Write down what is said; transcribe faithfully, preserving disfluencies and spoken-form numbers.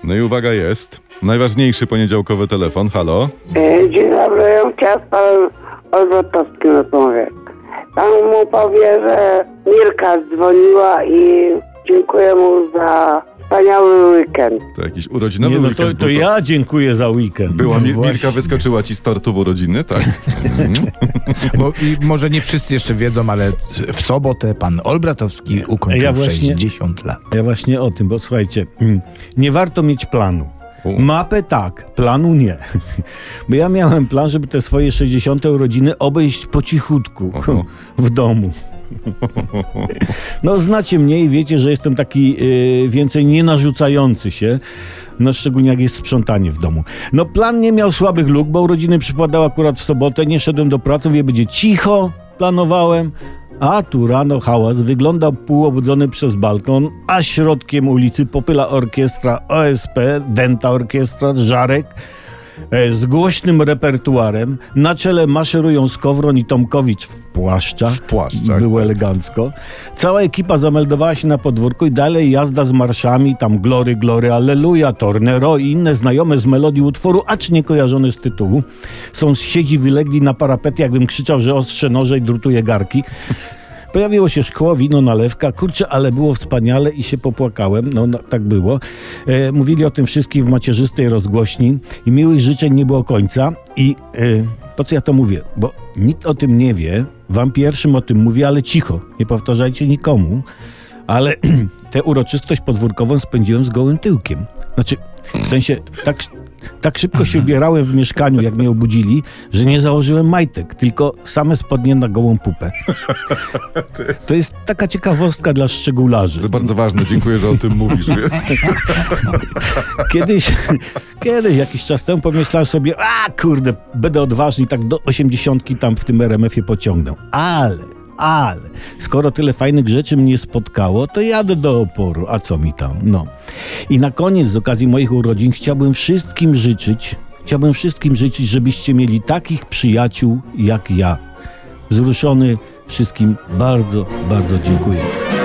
No i uwaga, jest. Najważniejszy poniedziałkowy telefon. Halo? E, Dzień dobry, ja chciałem z panem Olbratowskim rozmawiać. Pan mu powie, że Mirka dzwoniła i dziękuję mu za wspaniały weekend. To jakiś urodzinowy Nie, no weekend. to, to był ja dziękuję za weekend. Była Mi- Właśnie. Mirka wyskoczyła ci z tortu w urodziny, tak? Mhm. Bo i może nie wszyscy jeszcze wiedzą, ale w sobotę pan Olbratowski ukończył Ja właśnie- sześćdziesiąt lat. Ja właśnie o tym, bo słuchajcie, mm, nie warto mieć planu. U. Mapę tak, planu nie. Bo ja miałem plan, żeby te swoje sześćdziesiąte urodziny obejść po cichutku Oho. w domu. No znacie mnie i wiecie, że jestem taki yy, więcej nie narzucający się, no szczególnie jak jest sprzątanie w domu. No plan nie miał słabych luk, bo urodziny przypadały akurat w sobotę, nie szedłem do pracy, mówię, będzie cicho, planowałem, a tu rano hałas, wygląda półobudzony przez balkon, a środkiem ulicy popyla orkiestra O S P, Dęta Orkiestra, Żarek, e, z głośnym repertuarem. Na czele maszerują Skowron i Tomkowicz w płaszczach. W płaszczach, Było tak. elegancko. Cała ekipa zameldowała się na podwórku i dalej jazda z marszami, tam Glory, Glory, Alleluja, Tornero i inne znajome z melodii utworu, acz nie kojarzone z tytułu. Sąsiedzi wylegli na parapety, jakbym krzyczał, że ostrze noże i drutuje garki. Pojawiło się szkło, wino, nalewka. Kurczę, ale było wspaniale i się popłakałem. No, no tak było. E, mówili o tym wszystkim w macierzystej rozgłośni i miłych życzeń nie było końca. I e, po co ja to mówię? Bo nikt o tym nie wie. Wam pierwszym o tym mówię, ale cicho. Nie powtarzajcie nikomu. Ale tę uroczystość podwórkową spędziłem z gołym tyłkiem. Znaczy, w sensie tak... Tak szybko się ubierałem w mieszkaniu, jak mnie obudzili, że nie założyłem majtek, tylko same spodnie na gołą pupę. To jest, To jest taka ciekawostka dla szczególarzy. to jest bardzo ważne, dziękuję, że o tym mówisz, wiesz? Kiedyś, kiedyś, jakiś czas temu pomyślałem sobie, a kurde, będę odważny i tak do osiemdziesiątki tam w tym R M F-ie pociągnę. Ale, ale, skoro tyle fajnych rzeczy mnie spotkało, to jadę do oporu, a co mi tam, no. I na koniec, z okazji moich urodzin, chciałbym wszystkim życzyć, chciałbym wszystkim życzyć, żebyście mieli takich przyjaciół jak ja. Wzruszony wszystkim bardzo, bardzo dziękuję.